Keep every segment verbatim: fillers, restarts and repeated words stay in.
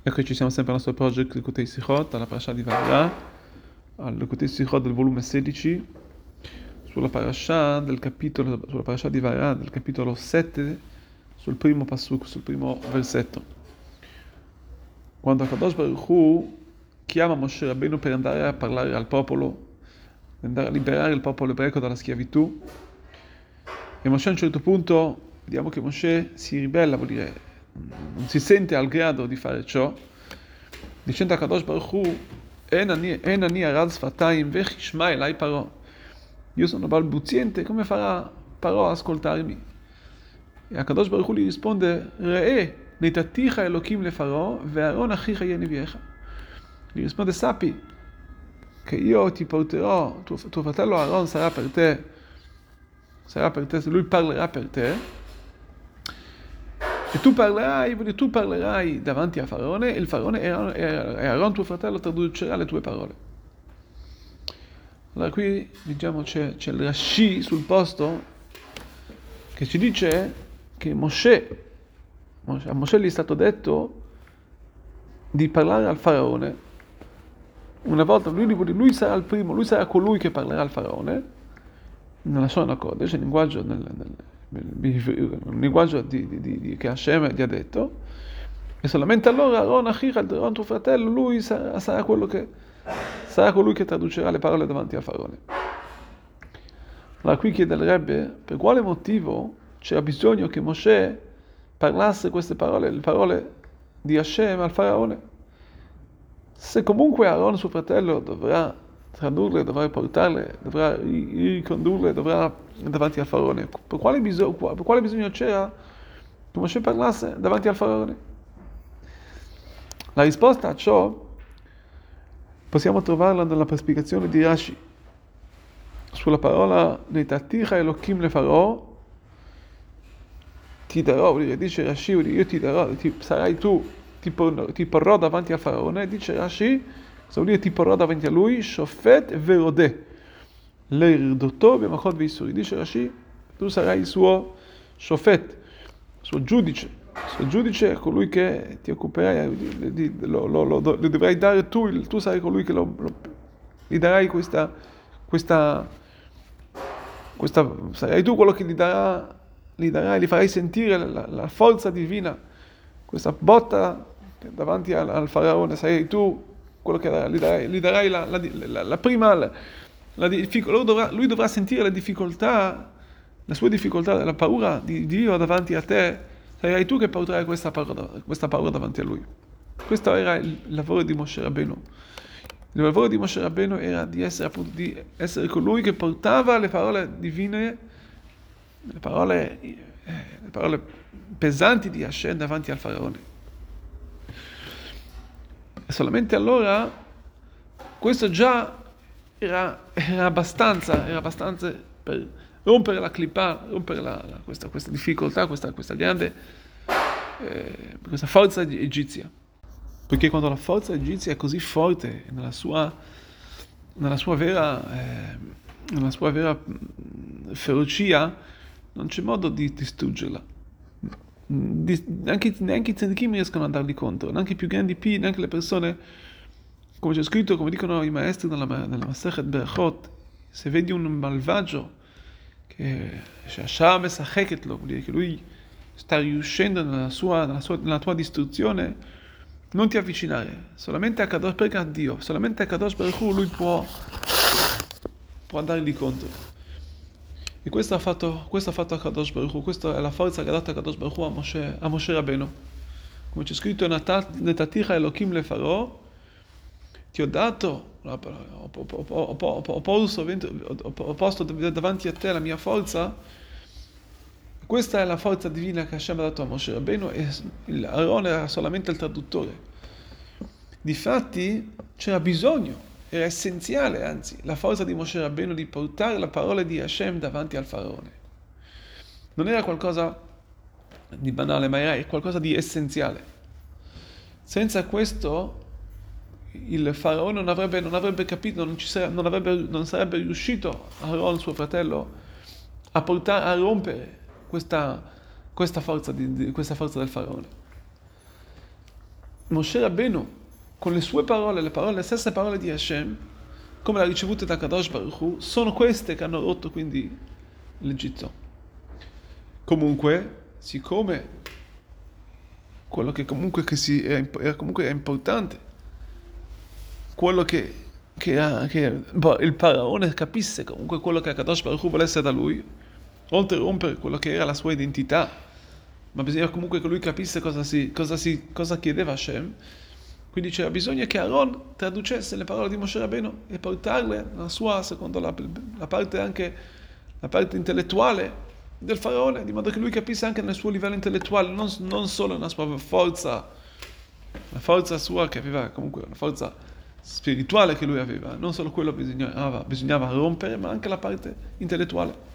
Ecco, ci siamo sempre al nostro project Likutei Sichot, alla parasha di Vayera, al Likutei Sichot del volume sedici, sulla parasha del capitolo, sulla parasha di Vayera del capitolo sette, sul primo pasuk, sul primo versetto. Quando Akadosh Baruch Hu chiama Moshe Rabbeinu per andare a parlare al popolo, per andare a liberare il popolo ebraico dalla schiavitù, e Moshe a un certo punto, vediamo che Moshe si ribella, vuol dire non si sente al grado di fare ciò, dicendo a Kadosh Baruch Hu: En ani arad sfatayim vechishma elai Paro. Io sono balbuziente, come farà Paro a ascoltarmi? E a Kadosh Baruch Hu gli risponde: Re'e netaticha Elokim le Faro ve'aron achicha yeh neviecha. Gli risponde: sappi che io ti porterò, tuo, tuo fratello Aaron sarà per te, sarà per te, lui parlerà per te. E tu parlerai, tu parlerai davanti a Faraone, e il Faraone e Aaron, tuo fratello, traducerà le tue parole. Allora qui diciamo c'è, c'è il Rashi sul posto che ci dice che Moshe, a Moshe gli è stato detto di parlare al Faraone. Una volta lui, lui sarà il primo, lui sarà colui che parlerà al Faraone, nella Shona Kodesh, nel linguaggio, nel, nel, un linguaggio di, di, di, di, che Hashem gli ha detto, e solamente allora Aaron, Aaron tuo fratello, lui sarà, sarà quello che sarà colui che traducerà le parole davanti al Faraone. Allora qui chiede il Rebbe per quale motivo c'era bisogno che Moshe parlasse queste parole, le parole di Hashem al Faraone, se comunque Aaron suo fratello dovrà tradurle, dovrà portarle, dovrà ricondurle, dovrà davanti al Faraone. Per quale, bisog- per quale bisogno c'era che Moshe parlasse davanti al Faraone? La risposta a ciò possiamo trovarla nella spiegazione di Rashi sulla parola Netaticha Elokim le Faro. Ti darò, vuol dire, dice Rashi, vuol dire, io ti darò, ti, sarai tu, ti, por- ti porrò davanti al Faraone, dice Rashi, vuol dire ti porrò davanti a lui, Shofet Verodeh, Leirdotto Bemachot Veisuri. Dice Rashi, tu sarai il suo Shofet, il suo giudice, il suo giudice è colui che ti occuperai, di, lo, lo, lo, lo dovrai dare tu, il, tu sarai colui che lo, lo, gli darai questa, questa, questa, sarai tu quello che gli darà, gli darai, gli farai sentire la, la forza divina, questa botta davanti al, al Faraone, sarai tu quello che darà, gli darai, gli darai la, la, la, la prima, la, la difficoltà, lui dovrà, lui dovrà sentire la difficoltà, la sua difficoltà, la paura di Dio davanti a te, sarai tu che porterai questa paura, questa paura davanti a lui. Questo era il lavoro di Moshe Rabbeinu. Il lavoro di Moshe Rabbeinu era di essere, appunto, di essere colui che portava le parole divine, le parole, eh, le parole pesanti di Hashem davanti al Faraone. E solamente allora questo già era, era abbastanza, era abbastanza per rompere la clippa, rompere la, la, questa, questa difficoltà, questa, questa grande, eh, questa forza egizia. Perché quando la forza egizia è così forte nella sua, nella sua vera, eh, nella sua vera ferocia, non c'è modo di distruggerla. Di, neanche, neanche i tzadikim riescono ad andarli contro, neanche i più grandi P, neanche le persone, come c'è scritto, come dicono i maestri nella, nella Masechet Berachot, se vedi un malvagio che Hashem mesacheket lo, vuol dire che lui sta riuscendo nella, sua, nella, sua, nella tua distruzione, non ti avvicinare, solamente a Kadosh, perché a Dio, solamente a Kadosh Baruch Hu lui può, può andargli contro. E questo ha fatto, questo ha fatto a Kadosh Baruch Hu, questa è la forza che ha dato a Kadosh Baruch Hu a Moshe, a Moshe Rabbeinu. Come c'è scritto, Netaticha Elokim le Faro, ti ho dato, ho, ho, ho, ho, ho, posto, ho posto davanti a te la mia forza. Questa è la forza divina che Hashem ha dato a Moshe Rabbeinu, e Aaron era solamente il traduttore. Difatti c'era bisogno, era essenziale, anzi, la forza di Moshe Rabbeinu di portare la parola di Hashem davanti al Faraone. Non era qualcosa di banale, ma era qualcosa di essenziale. Senza questo il Faraone non avrebbe, non avrebbe capito, non, ci sarebbe, non, avrebbe, non sarebbe riuscito, Aaron, suo fratello, a portare, a rompere questa, questa, forza, di, di, questa forza del Faraone. Moshe Rabbeinu, con le sue parole, le parole, le stesse parole di Hashem, come le ha ricevute da Kadosh Baruch Hu, sono queste che hanno rotto quindi l'Egitto. Comunque, siccome quello che comunque che si, era, era comunque è importante, quello che, che, era, che il faraone capisse comunque quello che Kadosh Baruch Hu volesse da lui, oltre a rompere quello che era la sua identità, ma bisogna comunque che lui capisse cosa, si, cosa, si, cosa chiedeva Hashem. Quindi c'era bisogno che Aaron traducesse le parole di Moshe Rabbeinu e portarle nella sua, secondo la, la parte anche la parte intellettuale del faraone, di modo che lui capisse anche nel suo livello intellettuale, non, non solo nella sua forza, la forza sua che aveva comunque una forza spirituale che lui aveva, non solo quello bisognava, bisognava rompere, ma anche la parte intellettuale.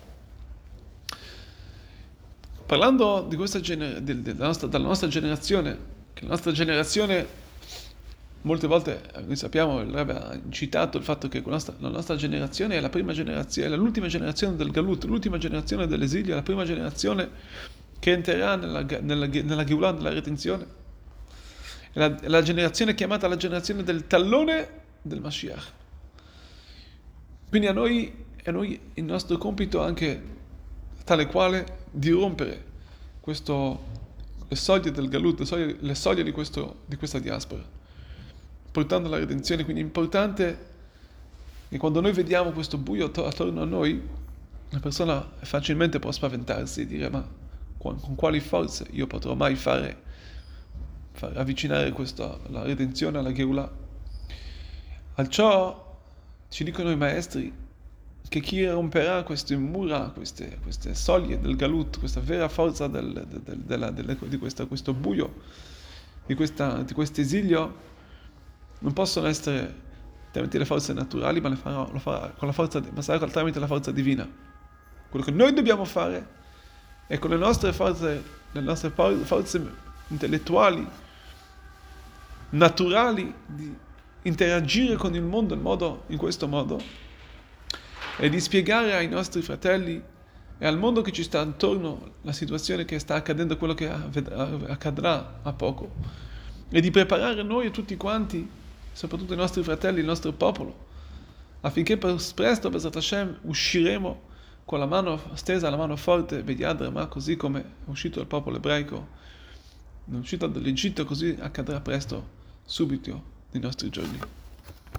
Parlando di questa gener- del, della, nostra, della nostra generazione, che la nostra generazione molte volte, noi sappiamo, il Rebbe ha citato il fatto che la nostra, la nostra generazione è la prima generazione, è l'ultima generazione del Galut, l'ultima generazione dell'esilio, la prima generazione che entrerà nella, nella, nella Geulah, nella redenzione. È la, è la generazione chiamata la generazione del tallone del Mashiach. Quindi a noi, a noi il nostro compito anche tale quale di rompere questo, le soglie del Galut, le soglie, le soglie di, questo, di questa diaspora, portando la redenzione. Quindi è importante che quando noi vediamo questo buio attorno a noi, la persona facilmente può spaventarsi e dire: ma con, con quali forze io potrò mai fare, far avvicinare questa, la redenzione alla Geulah? Al ciò ci dicono i maestri che chi romperà queste mura, queste, queste soglie del Galut, questa vera forza del, del, del, della, delle, di questa, questo buio, di, questa, di questo esilio, non possono essere tramite le forze naturali, ma le farà, lo farà con la forza, ma sarà tramite la forza divina. Quello che noi dobbiamo fare è con le nostre forze, le nostre forze intellettuali, naturali, di interagire con il mondo in, modo, in questo modo, e di spiegare ai nostri fratelli e al mondo che ci sta attorno la situazione che sta accadendo, quello che accadrà a poco, e di preparare noi e tutti quanti, soprattutto i nostri fratelli, il nostro popolo, affinché presto, Bezrat Hashem, usciremo con la mano stesa, la mano forte, Beyad Rama, così come è uscito il popolo ebraico, è uscito dall'Egitto, così accadrà presto, subito, nei nostri giorni.